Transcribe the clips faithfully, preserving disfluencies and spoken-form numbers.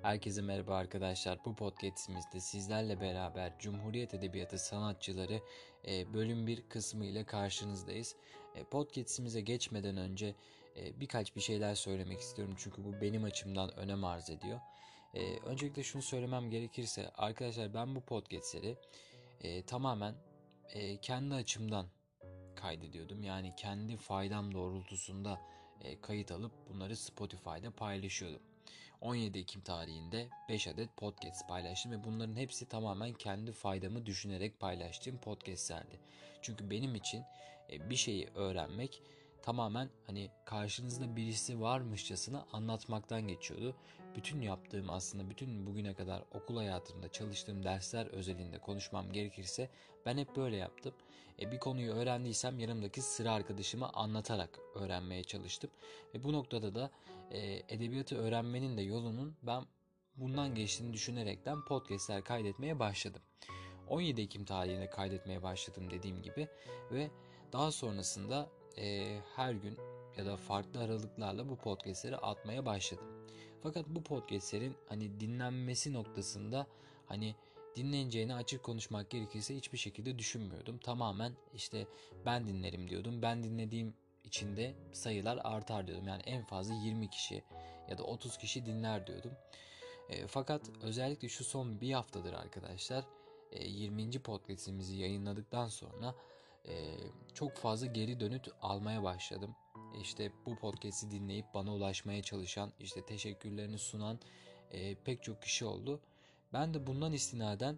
Herkese merhaba arkadaşlar. Bu podcastimizde sizlerle beraber Cumhuriyet Edebiyatı sanatçıları e, bölüm bir kısmı ile karşınızdayız. E, podcastimize geçmeden önce e, birkaç bir şeyler söylemek istiyorum. Çünkü bu benim açımdan önem arz ediyor. E, öncelikle şunu söylemem gerekirse arkadaşlar ben bu podcastleri e, tamamen e, kendi açımdan kaydediyordum. Yani kendi faydam doğrultusunda e, kayıt alıp bunları Spotify'da paylaşıyordum. on yedi Ekim tarihinde beş adet podcast paylaştım ve bunların hepsi tamamen kendi faydamı düşünerek paylaştığım podcastlerdi. Çünkü benim için e, bir şeyi öğrenmek tamamen hani karşınızda birisi varmışçasına anlatmaktan geçiyordu. Bütün yaptığım aslında bütün bugüne kadar okul hayatımda çalıştığım dersler özelinde konuşmam gerekirse ben hep böyle yaptım. E, bir konuyu öğrendiysem yanımdaki sıra arkadaşıma anlatarak öğrenmeye çalıştım. Ve bu noktada da e, edebiyatı öğrenmenin de yolunun ben bundan geçtiğini düşünerekten podcastler kaydetmeye başladım. on yedi Ekim tarihinde kaydetmeye başladım dediğim gibi ve daha sonrasında e, her gün ya da farklı aralıklarla bu podcastleri atmaya başladım. Fakat bu podcastlerin hani dinlenmesi noktasında hani dinleneceğini açık konuşmak gerekirse hiçbir şekilde düşünmüyordum. Tamamen işte ben dinlerim diyordum. Ben dinlediğim içinde sayılar artar diyordum. Yani en fazla yirmi kişi ya da otuz kişi dinler diyordum. E, fakat özellikle şu son bir haftadır arkadaşlar e, yirminci podcast'imizi yayınladıktan sonra e, çok fazla geri dönüt almaya başladım. E, İşte bu podcast'i dinleyip bana ulaşmaya çalışan, işte teşekkürlerini sunan e, pek çok kişi oldu. Ben de bundan istinaden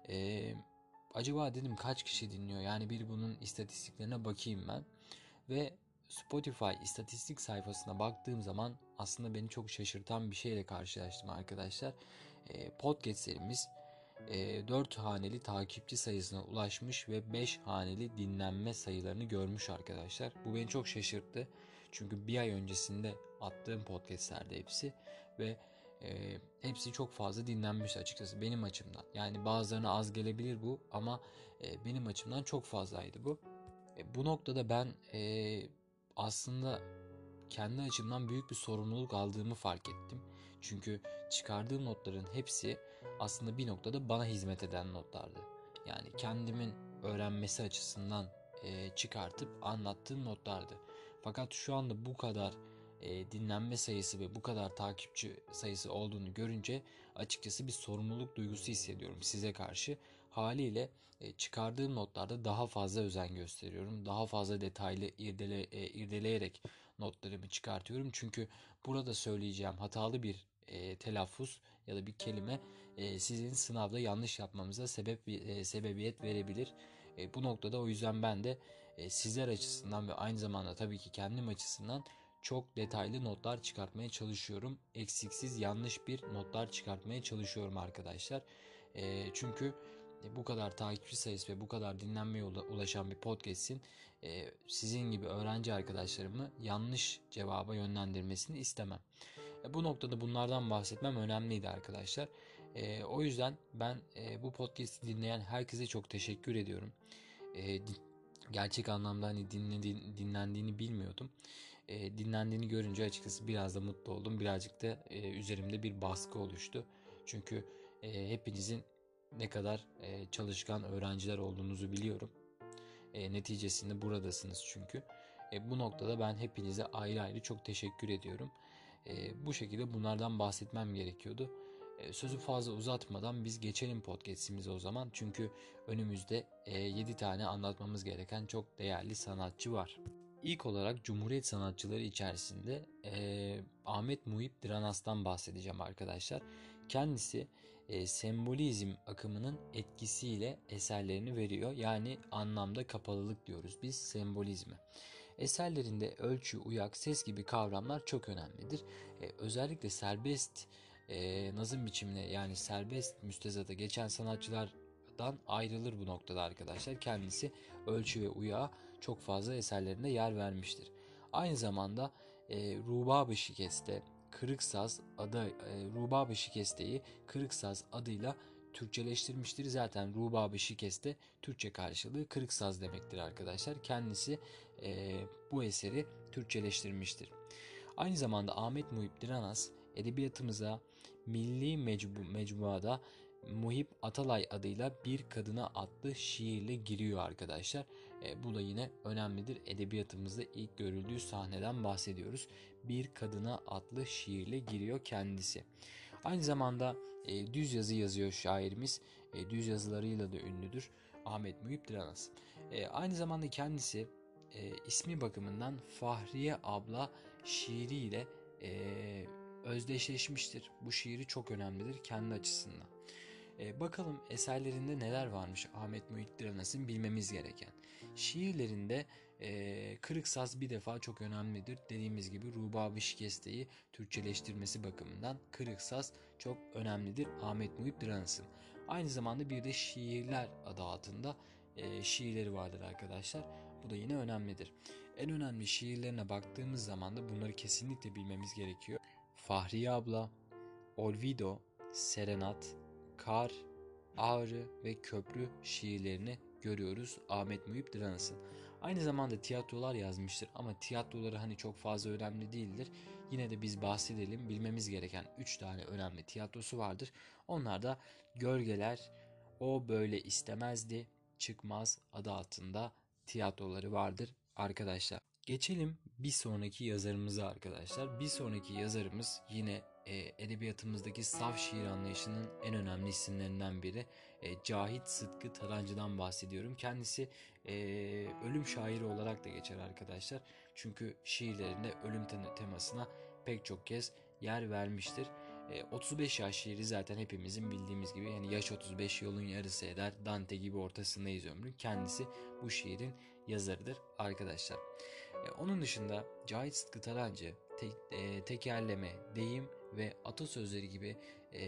e, acaba dedim kaç kişi dinliyor? Yani bir bunun istatistiklerine bakayım ben. Ve Spotify istatistik sayfasına baktığım zaman aslında beni çok şaşırtan bir şeyle karşılaştım arkadaşlar. E, podcastlerimiz e, dört haneli takipçi sayısına ulaşmış ve beş haneli dinlenme sayılarını görmüş arkadaşlar. Bu beni çok şaşırttı. Çünkü bir ay öncesinde attığım podcastlerde hepsi ve e, hepsi çok fazla dinlenmiş açıkçası benim açımdan. Yani bazılarına az gelebilir bu ama e, benim açımdan çok fazlaydı bu. E, bu noktada ben e, aslında kendi açımdan büyük bir sorumluluk aldığımı fark ettim. Çünkü çıkardığım notların hepsi aslında bir noktada bana hizmet eden notlardı. Yani kendimin öğrenmesi açısından e, çıkartıp anlattığım notlardı. Fakat şu anda bu kadar e, dinlenme sayısı ve bu kadar takipçi sayısı olduğunu görünce açıkçası bir sorumluluk duygusu hissediyorum size karşı. Haliyle e, çıkardığım notlarda daha fazla özen gösteriyorum. Daha fazla detaylı irdele, e, irdeleyerek notlarımı çıkartıyorum. Çünkü burada söyleyeceğim hatalı bir e, telaffuz ya da bir kelime e, sizin sınavda yanlış yapmamıza sebep e, sebebiyet verebilir. E, bu noktada o yüzden ben de e, sizler açısından ve aynı zamanda tabii ki kendim açısından çok detaylı notlar çıkartmaya çalışıyorum. Eksiksiz yanlış bir notlar çıkartmaya çalışıyorum arkadaşlar. E, çünkü bu kadar takipçi sayısı ve bu kadar dinlenmeye ulaşan bir podcast'in e, sizin gibi öğrenci arkadaşlarımı yanlış cevaba yönlendirmesini istemem. E, bu noktada bunlardan bahsetmem önemliydi arkadaşlar. E, o yüzden ben e, bu podcast'i dinleyen herkese çok teşekkür ediyorum. E, gerçek anlamda hani dinlediğin, dinlendiğini bilmiyordum. E, dinlendiğini görünce açıkçası biraz da mutlu oldum. Birazcık da e, üzerimde bir baskı oluştu. Çünkü e, hepinizin ne kadar e, çalışkan öğrenciler olduğunuzu biliyorum. E, neticesinde buradasınız çünkü. E, bu noktada ben hepinize ayrı ayrı çok teşekkür ediyorum. E, bu şekilde bunlardan bahsetmem gerekiyordu. E, sözü fazla uzatmadan biz geçelim podcast'imize o zaman. Çünkü önümüzde e, yedi tane anlatmamız gereken çok değerli sanatçı var. İlk olarak Cumhuriyet sanatçıları içerisinde e, Ahmet Muhip Dranas'tan bahsedeceğim arkadaşlar. Kendisi e, sembolizm akımının etkisiyle eserlerini veriyor. Yani anlamda kapalılık diyoruz biz sembolizme. Eserlerinde ölçü, uyak, ses gibi kavramlar çok önemlidir. E, özellikle serbest e, nazım biçimine yani serbest müstezata geçen sanatçılar dan ayrılır bu noktada arkadaşlar. Kendisi ölçü ve uyağa çok fazla eserlerinde yer vermiştir. Aynı zamanda e, Rubab-ı Şikeste, Kırık Saz adı e, Rubab-ı Şikeste'yi Kırık Saz adıyla Türkçeleştirmiştir. Zaten Rubab-ı Şikeste Türkçe karşılığı Kırık Saz demektir arkadaşlar. Kendisi e, bu eseri Türkçeleştirmiştir. Aynı zamanda Ahmet Muhip Diranas edebiyatımıza milli mecbu, mecmuada Muhip Atalay adıyla Bir Kadına adlı şiirle giriyor arkadaşlar. E, bu da yine önemlidir. Edebiyatımızda ilk görüldüğü sahneden bahsediyoruz. Bir Kadına adlı şiirle giriyor kendisi. Aynı zamanda e, düz yazı yazıyor şairimiz. E, düz yazılarıyla da ünlüdür Ahmet Muhip Dıranas. E, aynı zamanda kendisi e, ismi bakımından Fahriye abla şiiriyle e, özdeşleşmiştir. Bu şiiri çok önemlidir kendi açısından. E, bakalım eserlerinde neler varmış Ahmet Muhip Dıranas'ın bilmemiz gereken. Şiirlerinde e, Kırık Saz bir defa çok önemlidir. Dediğimiz gibi Rubabi Şikeste'yi Türkçeleştirmesi bakımından Kırık Saz çok önemlidir Ahmet Muhip Dıranas'ın. Aynı zamanda bir de Şiirler adı altında e, şiirleri vardır arkadaşlar. Bu da yine önemlidir. En önemli şiirlerine baktığımız zaman da bunları kesinlikle bilmemiz gerekiyor. Fahriye abla, Olvido, Serenat, Kar, Ağrı ve Köprü şiirlerini görüyoruz Ahmet Muhip Dıranas'ın. Aynı zamanda tiyatrolar yazmıştır ama tiyatroları hani çok fazla önemli değildir. Yine de biz bahsedelim. Bilmemiz gereken üç tane önemli tiyatrosu vardır. Onlar da Gölgeler, O Böyle İstemezdi, Çıkmaz adı altında tiyatroları vardır arkadaşlar. Geçelim bir sonraki yazarımıza arkadaşlar. Bir sonraki yazarımız yine e, edebiyatımızdaki saf şiir anlayışının en önemli isimlerinden biri. E, Cahit Sıtkı Tarancı'dan bahsediyorum. Kendisi e, ölüm şairi olarak da geçer arkadaşlar. Çünkü şiirlerinde ölüm temasına pek çok kez yer vermiştir. E, otuz beş yaş şiiri zaten hepimizin bildiğimiz gibi, yani yaş otuz beş yolun yarısı eder, Dante gibi ortasındayız ömrün. Kendisi bu şiirin yazarıdır arkadaşlar. E, onun dışında Cahit Sıtkı Tarancı te, e, tekerleme, deyim ve atasözleri gibi e,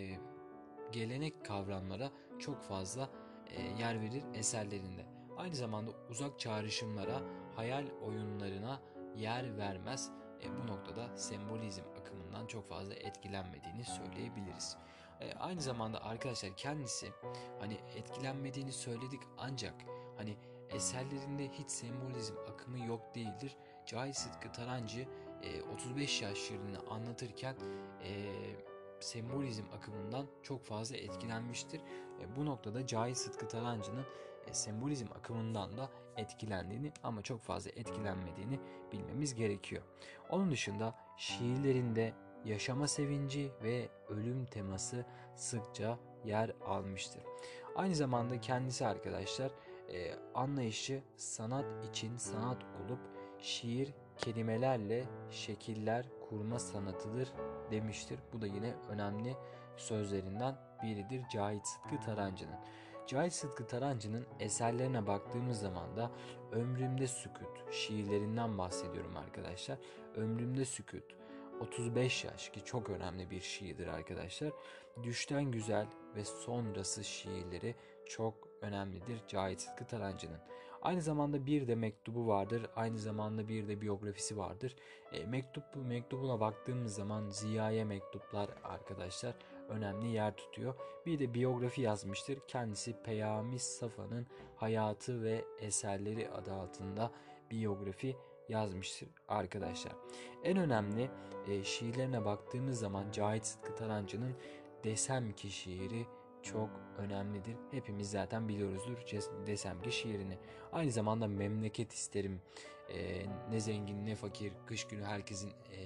gelenek kavramlara çok fazla e, yer verir eserlerinde. Aynı zamanda uzak çağrışımlara, hayal oyunlarına yer vermez. E, bu noktada sembolizm akımından çok fazla etkilenmediğini söyleyebiliriz. E, aynı zamanda arkadaşlar kendisi hani etkilenmediğini söyledik ancak hani eserlerinde hiç sembolizm akımı yok değildir. Cahit Sıtkı Tarancı e, otuz beş yaş şiirini anlatırken e, sembolizm akımından çok fazla etkilenmiştir. E, bu noktada Cahit Sıtkı Tarancı'nın e, sembolizm akımından da etkilendiğini ama çok fazla etkilenmediğini bilmemiz gerekiyor. Onun dışında şiirlerinde yaşama sevinci ve ölüm teması sıkça yer almıştır. Aynı zamanda kendisi arkadaşlar e, anlayışı sanat için sanat olup şiir kelimelerle şekiller kurma sanatıdır demiştir. Bu da yine önemli sözlerinden biridir Cahit Sıtkı Tarancı'nın. Cahit Sıtkı Tarancı'nın eserlerine baktığımız zaman da Ömrümde Sükut şiirlerinden bahsediyorum arkadaşlar. Ömrümde Sükut, otuz beş yaş ki çok önemli bir şiirdir arkadaşlar. Düşten Güzel ve sonrası şiirleri çok önemlidir Cahit Sıtkı Tarancı'nın. Aynı zamanda bir de mektubu vardır. Aynı zamanda bir de biyografisi vardır. E, mektup mektubuna baktığımız zaman Ziya'ya mektuplar arkadaşlar önemli yer tutuyor. Bir de biyografi yazmıştır. Kendisi Peyami Safa'nın hayatı ve eserleri adı altında biyografi yazmıştır arkadaşlar. En önemli e, şiirlerine baktığımız zaman Cahit Sıtkı Tarancı'nın Desem Ki şiiri çok önemlidir. Hepimiz zaten biliyoruzdur Desem Ki şiirini. Aynı zamanda Memleket İsterim, e, ne zengin ne fakir, kış günü herkesin e,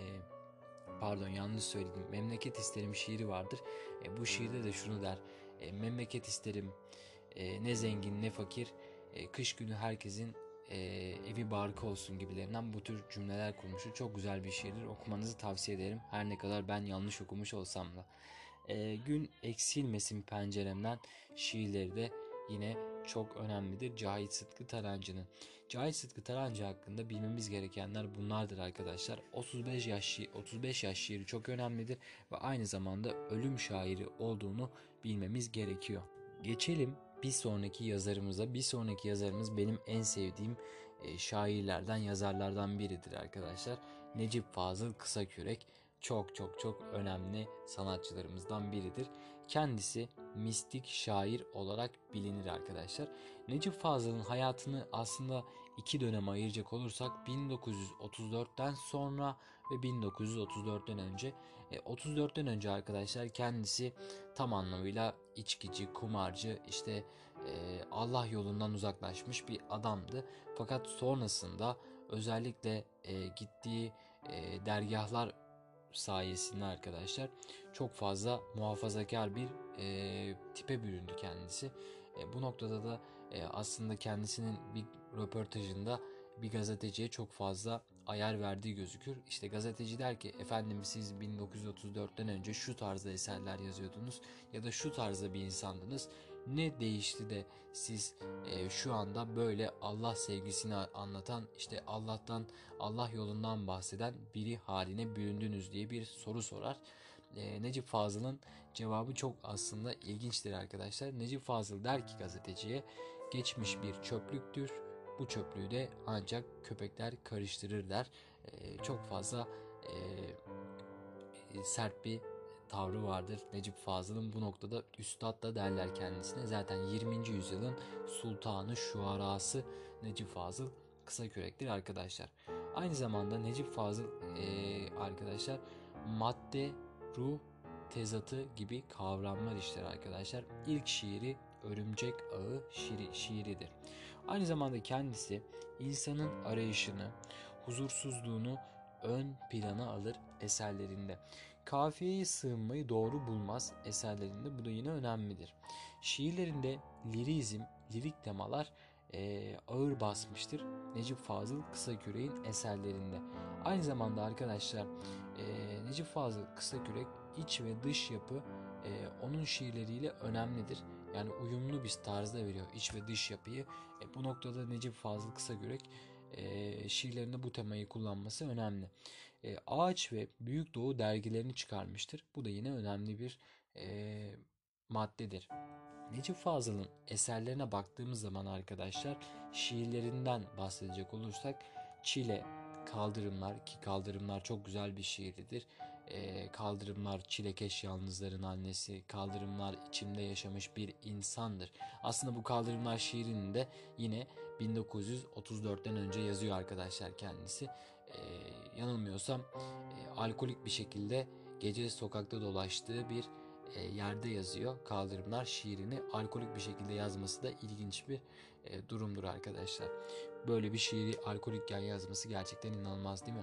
pardon yanlış söyledim. Memleket İsterim şiiri vardır. E, bu şiirde de şunu der. E, memleket isterim, e, ne zengin ne fakir, e, kış günü herkesin e, evi barkı olsun gibilerinden bu tür cümleler kurmuştur. Çok güzel bir şiirdir. Okumanızı tavsiye ederim. Her ne kadar ben yanlış okumuş olsam da. E, Gün eksilmesin penceremden şiirleri de yine çok önemlidir Cahit Sıtkı Tarancı'nın. Cahit Sıtkı Tarancı hakkında bilmemiz gerekenler bunlardır arkadaşlar. otuz beş yaş otuz beş yaş şiiri çok önemlidir ve aynı zamanda ölüm şairi olduğunu bilmemiz gerekiyor. Geçelim bir sonraki yazarımıza. Bir sonraki yazarımız benim en sevdiğim e, şairlerden, yazarlardan biridir arkadaşlar. Necip Fazıl Kısakürek çok çok çok önemli sanatçılarımızdan biridir. Kendisi mistik şair olarak bilinir arkadaşlar. Necip Fazıl'ın hayatını aslında iki döneme ayıracak olursak bin dokuz yüz otuz dörtten sonra ve bin dokuz yüz otuz dörtten önce. E, otuz dörtten önce arkadaşlar kendisi tam anlamıyla içkici, kumarcı, işte e, Allah yolundan uzaklaşmış bir adamdı. Fakat sonrasında özellikle e, gittiği e, dergahlar sayesinde arkadaşlar çok fazla muhafazakar bir e, tipe büründü kendisi. E, bu noktada da e, aslında kendisinin bir röportajında bir gazeteciye çok fazla ayar verdiği gözükür. İşte gazeteci der ki, efendim siz bin dokuz yüz otuz dörtten önce şu tarzda eserler yazıyordunuz ya da şu tarzda bir insandınız. Ne değişti de siz e, şu anda böyle Allah sevgisini anlatan, işte Allah'tan, Allah yolundan bahseden biri haline büründünüz diye bir soru sorar. E, Necip Fazıl'ın cevabı çok aslında ilginçtir arkadaşlar. Necip Fazıl der ki gazeteciye, geçmiş bir çöplüktür. Bu çöplüğü de ancak köpekler karıştırır der. E, çok fazla e, sert bir tavrı vardır Necip Fazıl'ın. Bu noktada üstad da derler kendisine. Zaten yirminci yüzyılın sultanı, şuarası Necip Fazıl Kısakürek'tir arkadaşlar. Aynı zamanda Necip Fazıl e, arkadaşlar madde, ruh, tezatı gibi kavramlar işler arkadaşlar. İlk şiiri Örümcek Ağı şiiri, şiiridir. Aynı zamanda kendisi insanın arayışını, huzursuzluğunu ön plana alır eserlerinde. Kafiyeye sığınmayı doğru bulmaz eserlerinde. Bu da yine önemlidir. Şiirlerinde lirizm, lirik temalar e, ağır basmıştır Necip Fazıl Kısakürek'in eserlerinde. Aynı zamanda arkadaşlar e, Necip Fazıl Kısakürek iç ve dış yapı e, onun şiirleriyle önemlidir. Yani uyumlu bir tarzda veriyor iç ve dış yapıyı. E, bu noktada Necip Fazıl Kısakürek e, şiirlerinde bu temayı kullanması önemli. E, Ağaç ve Büyük Doğu dergilerini çıkarmıştır. Bu da yine önemli bir e, maddedir. Necip Fazıl'ın eserlerine baktığımız zaman arkadaşlar şiirlerinden bahsedecek olursak Çile, Kaldırımlar, ki Kaldırımlar çok güzel bir şiiridir. E, Kaldırımlar çilekeş yalnızların annesi, Kaldırımlar içimde yaşamış bir insandır. Aslında bu Kaldırımlar şiirini de yine bin dokuz yüz otuz dörtten önce yazıyor arkadaşlar kendisi. E, yanılmıyorsam e, alkolik bir şekilde gece sokakta dolaştığı bir e, yerde yazıyor. Kaldırımlar şiirini alkolik bir şekilde yazması da ilginç bir e, durumdur arkadaşlar. Böyle bir şiiri alkolikken yazması gerçekten inanılmaz değil mi?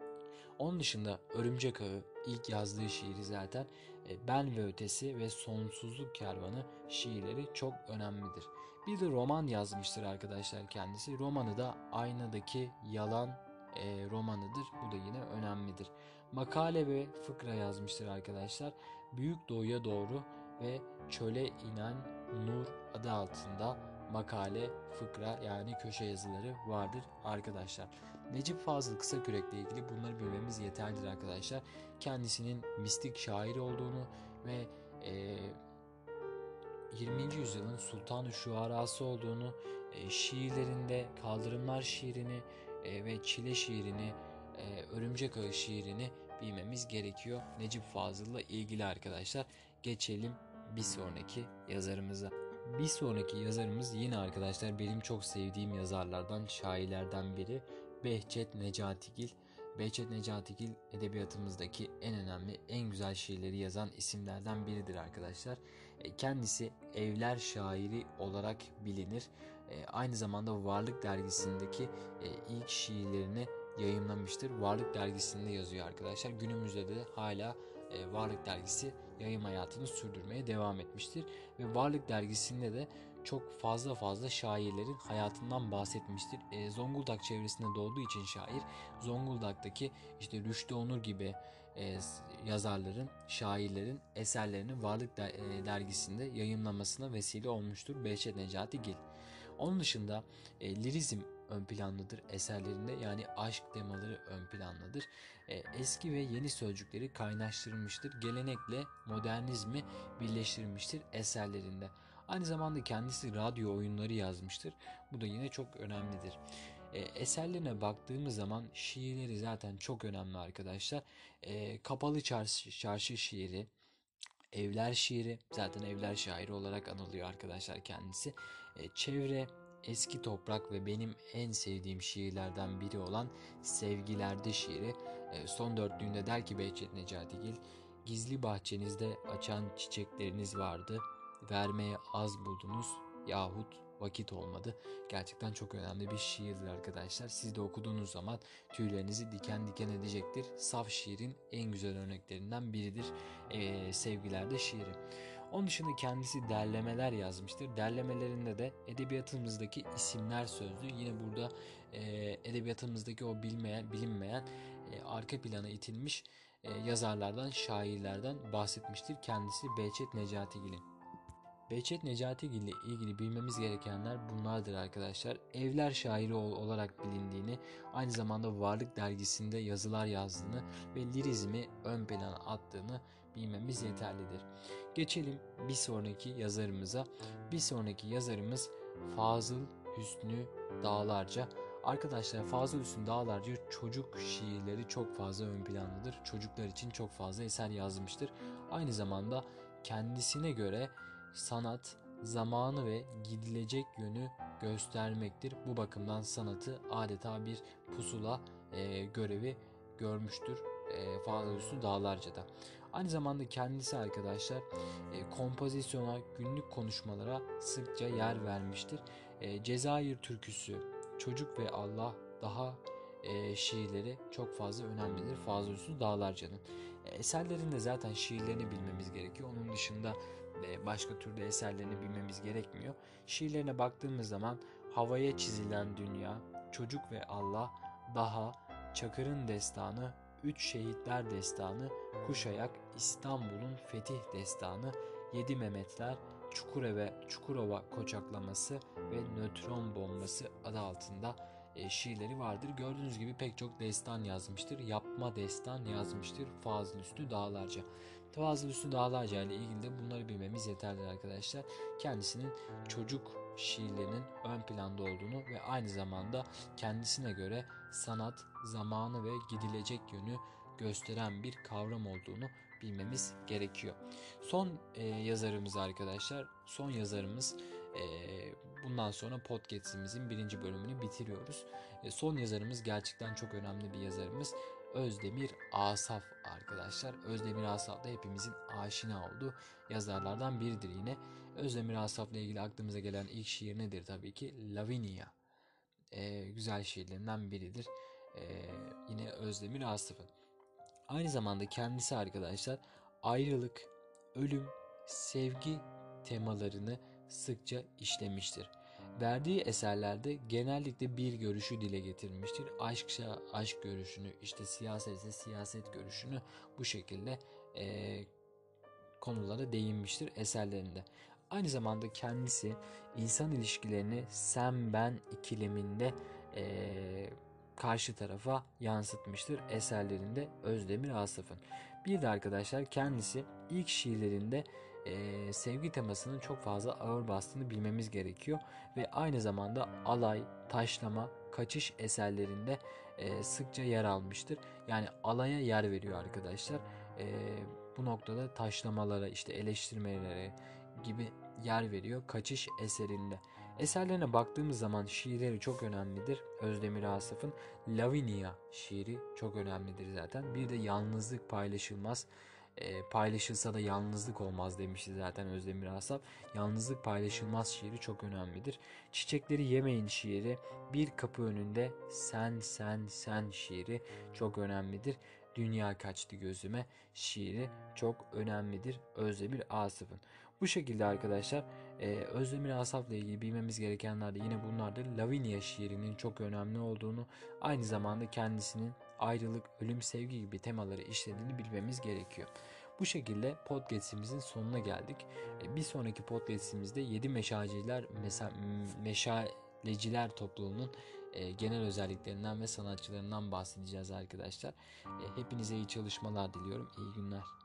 Onun dışında Örümcek Ağı ilk yazdığı şiiri zaten e, Ben ve Ötesi ve Sonsuzluk Kervanı şiirleri çok önemlidir. Bir de roman yazmıştır arkadaşlar kendisi. Romanı da Aynadaki Yalan e, romanıdır. Bu da yine önemlidir. Makale ve fıkra yazmıştır arkadaşlar. Büyük Doğu'ya doğru ve Çöle inen Nur adı altında makale, fıkra yani köşe yazıları vardır arkadaşlar. Necip Fazıl Kısakürek'le ilgili bunları bilmemiz yeterlidir arkadaşlar. Kendisinin mistik şair olduğunu ve e, yirminci yüzyılın sultanı şuarası olduğunu, e, şiirlerinde Kaldırımlar şiirini e, ve Çile şiirini, e, Örümcek Ağı şiirini bilmemiz gerekiyor Necip Fazıl'la ilgili arkadaşlar. Geçelim bir sonraki yazarımıza. Bir sonraki yazarımız yine arkadaşlar benim çok sevdiğim yazarlardan, şairlerden biri Behçet Necatigil. Behçet Necatigil edebiyatımızdaki en önemli, en güzel şiirleri yazan isimlerden biridir arkadaşlar. Kendisi Evler şairi olarak bilinir. Aynı zamanda Varlık dergisindeki ilk şiirlerini yayımlamıştır. Varlık dergisinde yazıyor arkadaşlar. Günümüzde de hala Varlık dergisi yayım hayatını sürdürmeye devam etmiştir. Ve Varlık dergisinde de çok fazla fazla şairlerin hayatından bahsetmiştir. E, Zonguldak çevresinde doğduğu için şair, Zonguldak'taki işte Rüştü Onur gibi e, yazarların, şairlerin eserlerini Varlık der, e, dergisinde yayımlamasına vesile olmuştur Behçet Necatigil. Onun dışında e, lirizm ön plandadır eserlerinde, yani aşk temaları ön plandadır. E, eski ve yeni sözcükleri kaynaştırmıştır. Gelenekle modernizmi birleştirmiştir eserlerinde. Aynı zamanda kendisi radyo oyunları yazmıştır. Bu da yine çok önemlidir. E, eserlerine baktığımız zaman şiirleri zaten çok önemli arkadaşlar. E, Kapalı Çarşı, Çarşı şiiri, Evler şiiri, zaten Evler şairi olarak anılıyor arkadaşlar kendisi. E, çevre, Eski Toprak ve benim en sevdiğim şiirlerden biri olan Sevgilerde şiiri. E, son dörtlüğünde der ki Behçet Necatigil, gizli bahçenizde açan çiçekleriniz vardı, vermeye az buldunuz yahut vakit olmadı. Gerçekten çok önemli bir şiirdir arkadaşlar. Siz de okuduğunuz zaman tüylerinizi diken diken edecektir. Saf şiirin en güzel örneklerinden biridir e, Sevgilerde şiiri. Onun dışında kendisi derlemeler yazmıştır. Derlemelerinde de edebiyatımızdaki isimler sözlü. Yine burada e, edebiyatımızdaki o bilmeyen, bilinmeyen, e, arka plana itilmiş e, yazarlardan, şairlerden bahsetmiştir kendisi Behçet Necatigil'in. Behçet Necatigil ile ilgili bilmemiz gerekenler bunlardır arkadaşlar. Evler şairi olarak bilindiğini, aynı zamanda Varlık dergisinde yazılar yazdığını ve lirizmi ön plana attığını bilmemiz yeterlidir. Geçelim bir sonraki yazarımıza. Bir sonraki yazarımız Fazıl Hüsnü Dağlarca. Arkadaşlar Fazıl Hüsnü Dağlarca çocuk şiirleri çok fazla ön plandadır. Çocuklar için çok fazla eser yazmıştır. Aynı zamanda kendisine göre sanat, zamanı ve gidilecek yönü göstermektir. Bu bakımdan sanatı adeta bir pusula e, görevi görmüştür e, Fazıl Hüsnü Dağlarca'da. Aynı zamanda kendisi arkadaşlar e, kompozisyona, günlük konuşmalara sıkça yer vermiştir. E, Cezayir türküsü, Çocuk ve Allah daha e, şiirleri çok fazla önemlidir Fazıl Hüsnü Dağlarca'nın. E, eserlerinde zaten şiirlerini bilmemiz gerekiyor. Onun dışında başka türde eserlerini bilmemiz gerekmiyor. Şiirlerine baktığımız zaman Havaya Çizilen Dünya, Çocuk ve Allah, Daha, Çakır'ın Destanı, Üç Şehitler Destanı, Kuşayak, İstanbul'un Fetih Destanı, Yedi Mehmetler, Çukurova, Çukurova Koçaklaması ve Nötron Bombası adı altında e, şiirleri vardır. Gördüğünüz gibi pek çok destan yazmıştır. Yapma destan yazmıştır Fazıl Hüsnü Dağlarca. Fazıl Hüsnü Dağlarca ile ilgili de bunları bilmemiz yeterli arkadaşlar. Kendisinin çocuk şiirlerinin ön planda olduğunu ve aynı zamanda kendisine göre sanat, zamanı ve gidilecek yönü gösteren bir kavram olduğunu bilmemiz gerekiyor. Son e, yazarımız arkadaşlar, son yazarımız e, bundan sonra podcast'imizin birinci bölümünü bitiriyoruz. E, son yazarımız gerçekten çok önemli bir yazarımız. Özdemir Asaf arkadaşlar. Özdemir Asaf da hepimizin aşina olduğu yazarlardan biridir yine. Özdemir Asaf'la ilgili aklımıza gelen ilk şiir nedir? Tabii ki Lavinia. Ee, güzel şiirlerinden biridir. Ee, yine Özdemir Asaf'ın. Aynı zamanda kendisi arkadaşlar ayrılık, ölüm, sevgi temalarını sıkça işlemiştir. Verdiği eserlerde genellikle bir görüşü dile getirmiştir. Aşksa aşk görüşünü, işte siyasetse siyaset görüşünü bu şekilde e, konulara değinmiştir eserlerinde. Aynı zamanda kendisi insan ilişkilerini sen ben ikileminde e, karşı tarafa yansıtmıştır eserlerinde Özdemir Asaf'ın. Bir de arkadaşlar kendisi ilk şiirlerinde e, sevgi temasının çok fazla ağır bastığını bilmemiz gerekiyor ve aynı zamanda alay, taşlama, kaçış eserlerinde e, sıkça yer almıştır. Yani alaya yer veriyor arkadaşlar. E, bu noktada taşlamalara, işte eleştirmelere gibi yer veriyor kaçış eserinde. Eserlerine baktığımız zaman şiirleri çok önemlidir. Özdemir Asaf'ın Lavinia şiiri çok önemlidir zaten. Bir de yalnızlık paylaşılmaz. E, paylaşılsa da yalnızlık olmaz demişti zaten Özdemir Asaf. Yalnızlık paylaşılmaz şiiri çok önemlidir. Çiçekleri yemeyin şiiri, bir kapı önünde sen sen sen şiiri çok önemlidir. Dünya kaçtı gözüme şiiri çok önemlidir Özdemir Asaf'ın. Bu şekilde arkadaşlar e, Özdemir Asaf'la ilgili bilmemiz gerekenler de yine bunlardır. Lavinia şiirinin çok önemli olduğunu, aynı zamanda kendisinin ayrılık, ölüm, sevgi gibi temaları işlediğini bilmemiz gerekiyor. Bu şekilde podcast'imizin sonuna geldik. E, bir sonraki podcast'imizde yedi Meşaleciler, Meşaleciler topluluğunun e, genel özelliklerinden ve sanatçılarından bahsedeceğiz arkadaşlar. E, hepinize iyi çalışmalar diliyorum. İyi günler.